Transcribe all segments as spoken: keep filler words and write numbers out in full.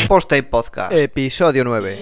Post-Tape Podcast, episodio nueve.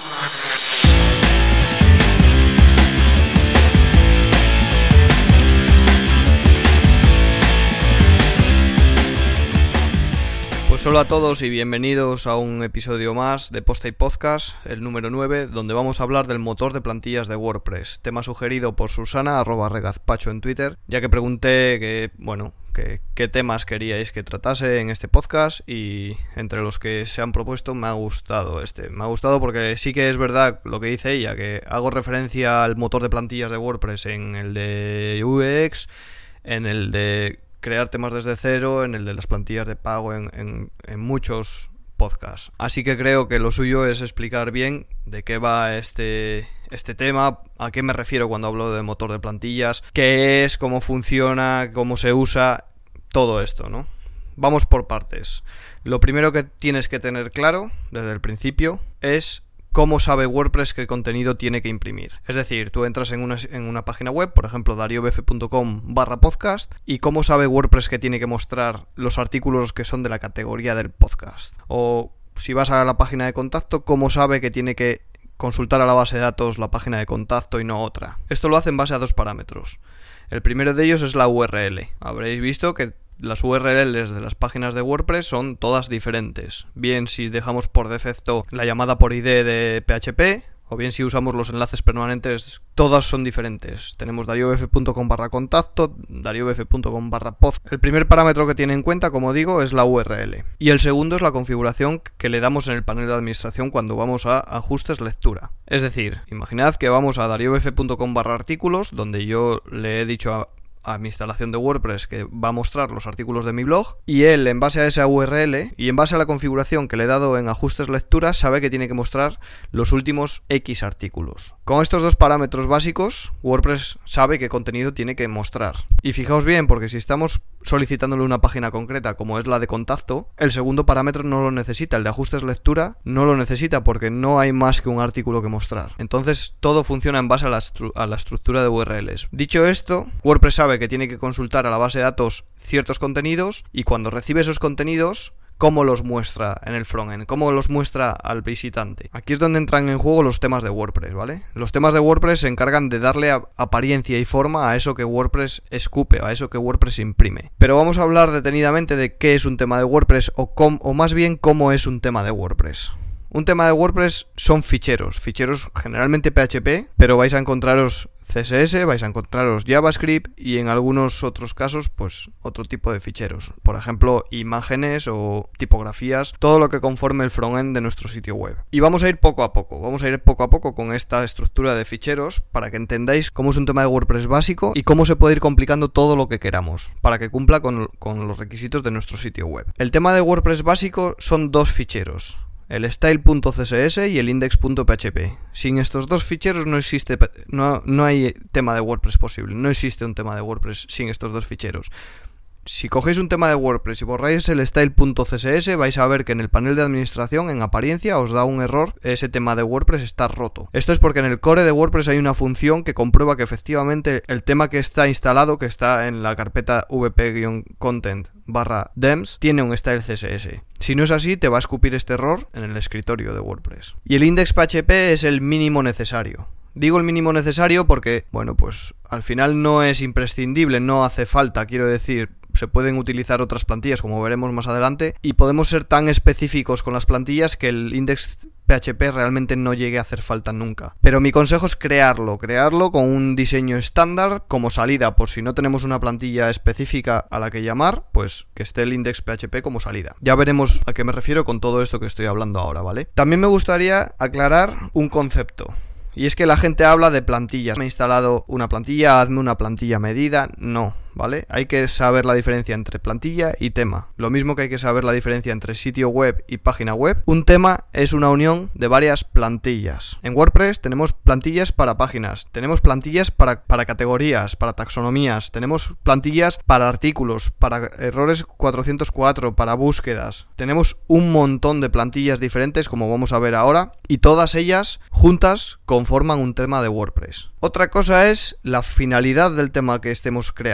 Pues hola a todos y bienvenidos a un episodio más de Post-Tape Podcast, el número nueve, donde vamos a hablar del motor de plantillas de WordPress, tema sugerido por Susana, arroba regazpacho en Twitter, ya que pregunté que, bueno, que, qué temas queríais que tratase en este podcast, y entre los que se han propuesto me ha gustado este. Me ha gustado porque sí que es verdad lo que dice ella, que hago referencia al motor de plantillas de WordPress en el de U X, en el de crear temas desde cero, en el de las plantillas de pago, en, en, en muchos podcasts. Así que creo que lo suyo es explicar bien de qué va este, este tema, a qué me refiero cuando hablo de motor de plantillas, qué es, cómo funciona, cómo se usa, todo esto, ¿no? Vamos por partes. Lo primero que tienes que tener claro desde el principio es cómo sabe WordPress qué contenido tiene que imprimir. Es decir, tú entras en una, en una página web, por ejemplo dariobf.com barra podcast, y cómo sabe WordPress que tiene que mostrar los artículos que son de la categoría del podcast. O si vas a la página de contacto, cómo sabe que tiene que consultar a la base de datos la página de contacto y no otra. Esto lo hace en base a dos parámetros. El primero de ellos es la U R L. Habréis visto que las U R Ls de las páginas de WordPress son todas diferentes. Bien si dejamos por defecto la llamada por I D de P H P, o bien si usamos los enlaces permanentes, todas son diferentes. Tenemos dariobf.com barra contacto, dariobf.com barra pod. El primer parámetro que tiene en cuenta, como digo, es la U R L. Y el segundo es la configuración que le damos en el panel de administración cuando vamos a ajustes lectura. Es decir, imaginad que vamos a dariobf.com barra artículos, donde yo le he dicho a a mi instalación de WordPress que va a mostrar los artículos de mi blog, y él, en base a esa U R L y en base a la configuración que le he dado en ajustes lectura, sabe que tiene que mostrar los últimos X artículos. Con estos dos parámetros básicos, WordPress sabe qué contenido tiene que mostrar. Y fijaos bien, porque si estamos solicitándole una página concreta como es la de contacto, el segundo parámetro no lo necesita, el de ajustes lectura no lo necesita porque no hay más que un artículo que mostrar. Entonces todo funciona en base a la, estru- a la estructura de U R Ls. Dicho esto, WordPress sabe que tiene que consultar a la base de datos ciertos contenidos, y cuando recibe esos contenidos, cómo los muestra en el frontend, cómo los muestra al visitante. Aquí es donde entran en juego los temas de WordPress, ¿vale? Los temas de WordPress se encargan de darle a- apariencia y forma a eso que WordPress escupe, a eso que WordPress imprime. Pero vamos a hablar detenidamente de qué es un tema de WordPress, o, com- o más bien cómo es un tema de WordPress. Un tema de WordPress son ficheros, ficheros generalmente P H P, pero vais a encontraros C S S, vais a encontraros JavaScript y en algunos otros casos pues otro tipo de ficheros, por ejemplo imágenes o tipografías, todo lo que conforme el frontend de nuestro sitio web. Y vamos a ir poco a poco, vamos a ir poco a poco con esta estructura de ficheros para que entendáis cómo es un tema de WordPress básico y cómo se puede ir complicando todo lo que queramos para que cumpla con, con los requisitos de nuestro sitio web. El tema de WordPress básico son dos ficheros: el style.css y el index.php. Sin estos dos ficheros no existe, no, no hay tema de WordPress posible. No existe un tema de WordPress sin estos dos ficheros. Si cogéis un tema de WordPress y borráis el style.css, vais a ver que en el panel de administración, en apariencia, os da un error. Ese tema de WordPress está roto. Esto es porque en el core de WordPress hay una función que comprueba que efectivamente el tema que está instalado, que está en la carpeta vp-content barra dems, tiene un style C S S. Si no es así, te va a escupir este error en el escritorio de WordPress. Y el index.php es el mínimo necesario. Digo el mínimo necesario porque, bueno, pues al final no es imprescindible, no hace falta, quiero decir. Se pueden utilizar otras plantillas, como veremos más adelante, y podemos ser tan específicos con las plantillas que el index.php realmente no llegue a hacer falta nunca. Pero mi consejo es crearlo, crearlo con un diseño estándar como salida, por si no tenemos una plantilla específica a la que llamar, pues que esté el index.php como salida. Ya veremos a qué me refiero con todo esto que estoy hablando ahora, ¿vale? También me gustaría aclarar un concepto. Y es que la gente habla de plantillas. Me he instalado una plantilla, hazme una plantilla medida. No, ¿vale? Hay que saber la diferencia entre plantilla y tema. Lo mismo que hay que saber la diferencia entre sitio web y página web. Un tema es una unión de varias plantillas. En WordPress tenemos plantillas para páginas, tenemos plantillas para, para categorías, para taxonomías, tenemos plantillas para artículos, para errores cuatrocientos cuatro, para búsquedas. Tenemos un montón de plantillas diferentes, como vamos a ver ahora, y todas ellas juntas conforman un tema de WordPress. Otra cosa es la finalidad del tema que estemos creando.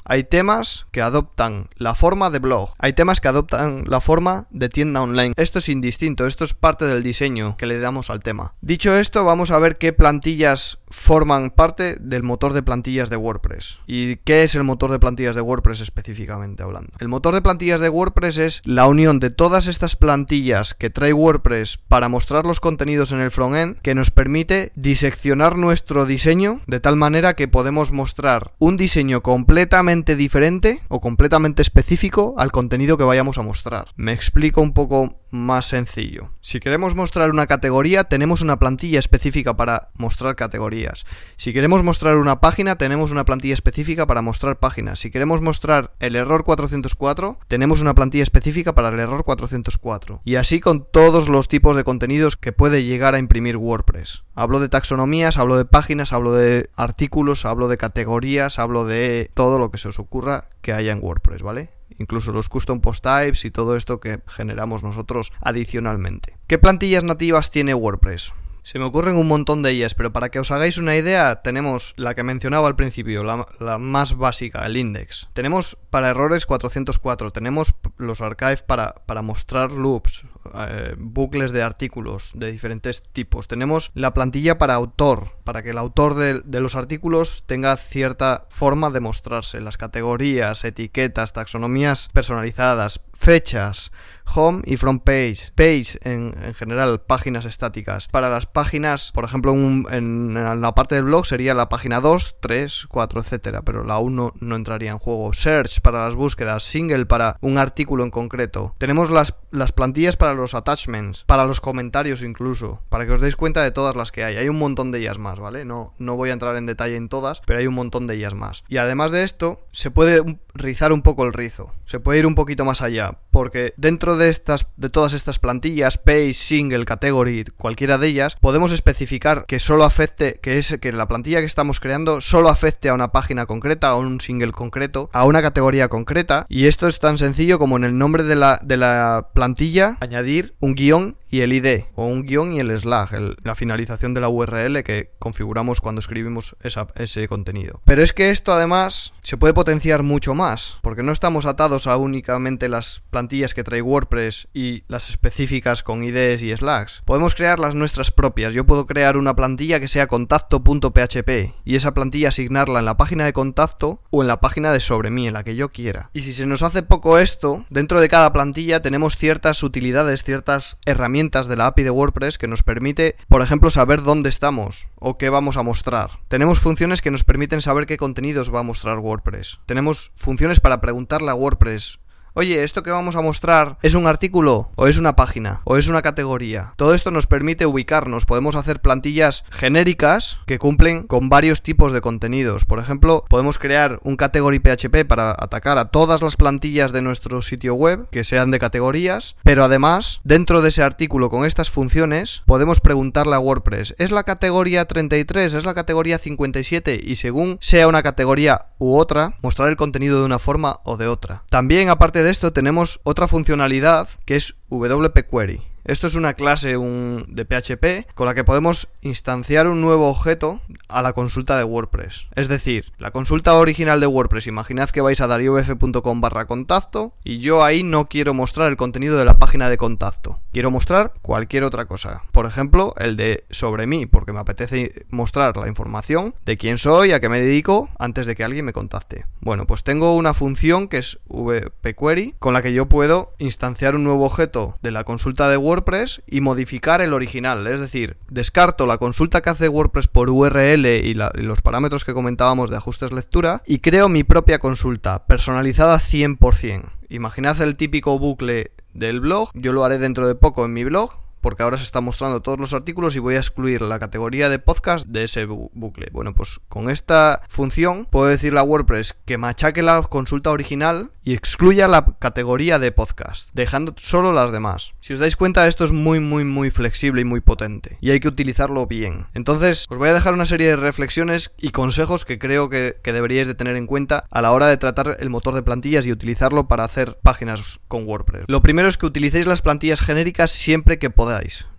Hay temas que adoptan la forma de blog, hay temas que adoptan la forma de tienda online. Esto es indistinto, esto es parte del diseño que le damos al tema. Dicho esto, vamos a ver qué plantillas forman parte del motor de plantillas de WordPress. ¿Y qué es el motor de plantillas de WordPress específicamente hablando? El motor de plantillas de WordPress es la unión de todas estas plantillas que trae WordPress para mostrar los contenidos en el frontend, que nos permite diseccionar nuestro diseño de tal manera que podemos mostrar un diseño completamente diferente o completamente específico al contenido que vayamos a mostrar. Me explico un poco más sencillo. Si queremos mostrar una categoría, tenemos una plantilla específica para mostrar categorías. Si queremos mostrar una página, tenemos una plantilla específica para mostrar páginas. Si queremos mostrar el error cuatrocientos cuatro, tenemos una plantilla específica para el error cuatrocientos cuatro. Y así con todos los tipos de contenidos que puede llegar a imprimir WordPress. Hablo de taxonomías, hablo de páginas, hablo de artículos, hablo de categorías, hablo de todo lo que se os ocurra que haya en WordPress, ¿vale? Incluso los custom post types y todo esto que generamos nosotros adicionalmente. ¿Qué plantillas nativas tiene WordPress? Se me ocurren un montón de ellas, pero para que os hagáis una idea, tenemos la que mencionaba al principio, la, la más básica, el index. Tenemos para errores cuatrocientos cuatro, tenemos los archive para, para mostrar loops, eh, bucles de artículos de diferentes tipos. Tenemos la plantilla para autor, para que el autor de, de los artículos tenga cierta forma de mostrarse. Las categorías, etiquetas, taxonomías personalizadas, fechas, home y front page, page en, en general, páginas estáticas. Para las páginas, por ejemplo, un, en, en la parte del blog sería la página dos, tres, cuatro, etcétera, pero la uno no entraría en juego. Search para las búsquedas, single para un artículo en concreto. Tenemos las, las plantillas para los attachments, para los comentarios incluso, para que os deis cuenta de todas las que hay. Hay un montón de ellas más, ¿vale? No, no voy a entrar en detalle en todas, pero hay un montón de ellas más. Y además de esto, se puede rizar un poco el rizo, se puede ir un poquito más allá, porque dentro de estas, de todas estas plantillas, page, single, category, cualquiera de ellas, podemos especificar que solo afecte, que es que la plantilla que estamos creando solo afecte a una página concreta, a un single concreto, a una categoría concreta, y esto es tan sencillo como en el nombre de la, de la plantilla añadir un guión y el I D, o un guión y el slash, el, la finalización de la U R L que configuramos cuando escribimos esa, ese contenido. Pero es que esto además se puede potenciar mucho más, porque no estamos atados a únicamente las plantillas que trae WordPress y las específicas con I Ds y slash. Podemos crear las nuestras propias. Yo puedo crear una plantilla que sea contacto punto p h p y esa plantilla asignarla en la página de contacto o en la página de sobre mí, en la que yo quiera. Y si se nos hace poco esto, dentro de cada plantilla tenemos ciertas utilidades, ciertas herramientas de la A P I de WordPress que nos permite, por ejemplo, saber dónde estamos o qué vamos a mostrar. Tenemos funciones que nos permiten saber qué contenidos va a mostrar WordPress. Tenemos funciones para preguntarle a WordPress: oye, ¿esto que vamos a mostrar es un artículo? ¿O es una página? ¿O es una categoría? Todo esto nos permite ubicarnos. Podemos hacer plantillas genéricas que cumplen con varios tipos de contenidos. Por ejemplo, podemos crear un category P H P para atacar a todas las plantillas de nuestro sitio web que sean de categorías, pero además, dentro de ese artículo con estas funciones, podemos preguntarle a WordPress: ¿es la categoría treinta y tres? ¿Es la categoría cincuenta y siete? Y según sea una categoría u otra, mostrar el contenido de una forma o de otra. También, aparte de esto, tenemos otra funcionalidad que es W P Query. Esto es una clase un, de P H P con la que podemos instanciar un nuevo objeto a la consulta de WordPress. Es decir, la consulta original de WordPress, imaginad que vais a dariof punto com barra contacto y yo ahí no quiero mostrar el contenido de la página de contacto. Quiero mostrar cualquier otra cosa. Por ejemplo, el de sobre mí, porque me apetece mostrar la información de quién soy, a qué me dedico, antes de que alguien me contacte. Bueno, pues tengo una función que es W P Query con la que yo puedo instanciar un nuevo objeto de la consulta de WordPress WordPress y modificar el original, es decir, descarto la consulta que hace WordPress por U R L y, la, y los parámetros que comentábamos de ajustes lectura y creo mi propia consulta, personalizada cien por ciento. Imaginad el típico bucle del blog, yo lo haré dentro de poco en mi blog, porque ahora se está mostrando todos los artículos y voy a excluir la categoría de podcast de ese bu- bucle. Bueno, pues con esta función puedo decirle a WordPress que machaque la consulta original y excluya la categoría de podcast, dejando solo las demás. Si os dais cuenta, esto es muy muy muy flexible y muy potente y hay que utilizarlo bien. Entonces, os voy a dejar una serie de reflexiones y consejos que creo que, que deberíais de tener en cuenta a la hora de tratar el motor de plantillas y utilizarlo para hacer páginas con WordPress. Lo primero es que utilicéis las plantillas genéricas siempre que podáis.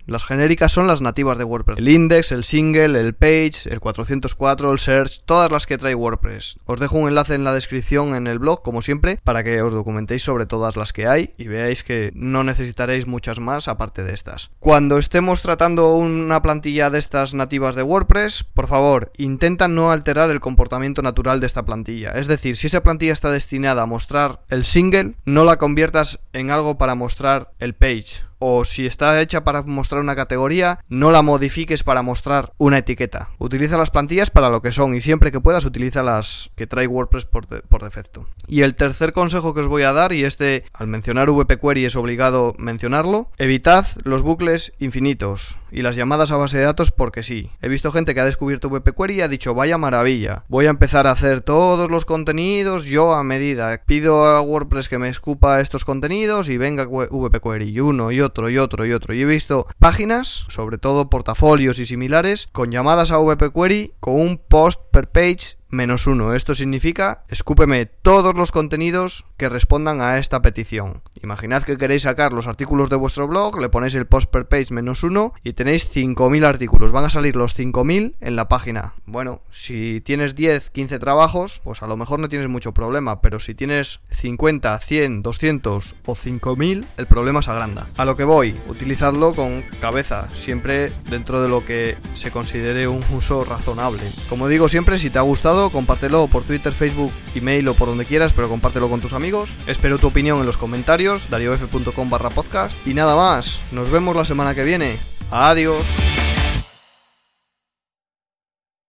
Las genéricas son las nativas de WordPress. El index, el single, el page, el cuatrocientos cuatro, el search, todas las que trae WordPress. Os dejo un enlace en la descripción en el blog, como siempre, para que os documentéis sobre todas las que hay y veáis que no necesitaréis muchas más aparte de estas. Cuando estemos tratando una plantilla de estas nativas de WordPress, por favor, intenta no alterar el comportamiento natural de esta plantilla. Es decir, si esa plantilla está destinada a mostrar el single, no la conviertas en algo para mostrar el page. O si está hecha para mostrar una categoría, no la modifiques para mostrar una etiqueta. Utiliza las plantillas para lo que son y siempre que puedas utiliza las que trae WordPress por, de, por defecto. Y el tercer consejo que os voy a dar, y este al mencionar V P Query es obligado mencionarlo, evitad los bucles infinitos y las llamadas a base de datos porque sí. He visto gente que ha descubierto V P Query y ha dicho vaya maravilla, voy a empezar a hacer todos los contenidos yo a medida. Pido a WordPress que me escupa estos contenidos y venga V P Query y uno y otro y otro y otro. Y he visto páginas, sobre todo portafolios y similares, con llamadas a V P Query con un post per page menos uno. Esto significa escúpeme todos los contenidos que respondan a esta petición. Imaginad que queréis sacar los artículos de vuestro blog, le ponéis el post per page menos uno y tenéis cinco mil artículos. Van a salir los cinco mil en la página. Bueno, si tienes diez, quince trabajos, pues a lo mejor no tienes mucho problema, pero si tienes cincuenta, cien, doscientos o cinco mil, el problema se agranda. A lo que voy, utilizadlo con cabeza, siempre dentro de lo que se considere un uso razonable. Como digo siempre, si te ha gustado, compártelo por Twitter, Facebook, email o por donde quieras, pero compártelo con tus amigos. Espero tu opinión en los comentarios, dariof punto com barra podcast. Y nada más, nos vemos la semana que viene. Adiós.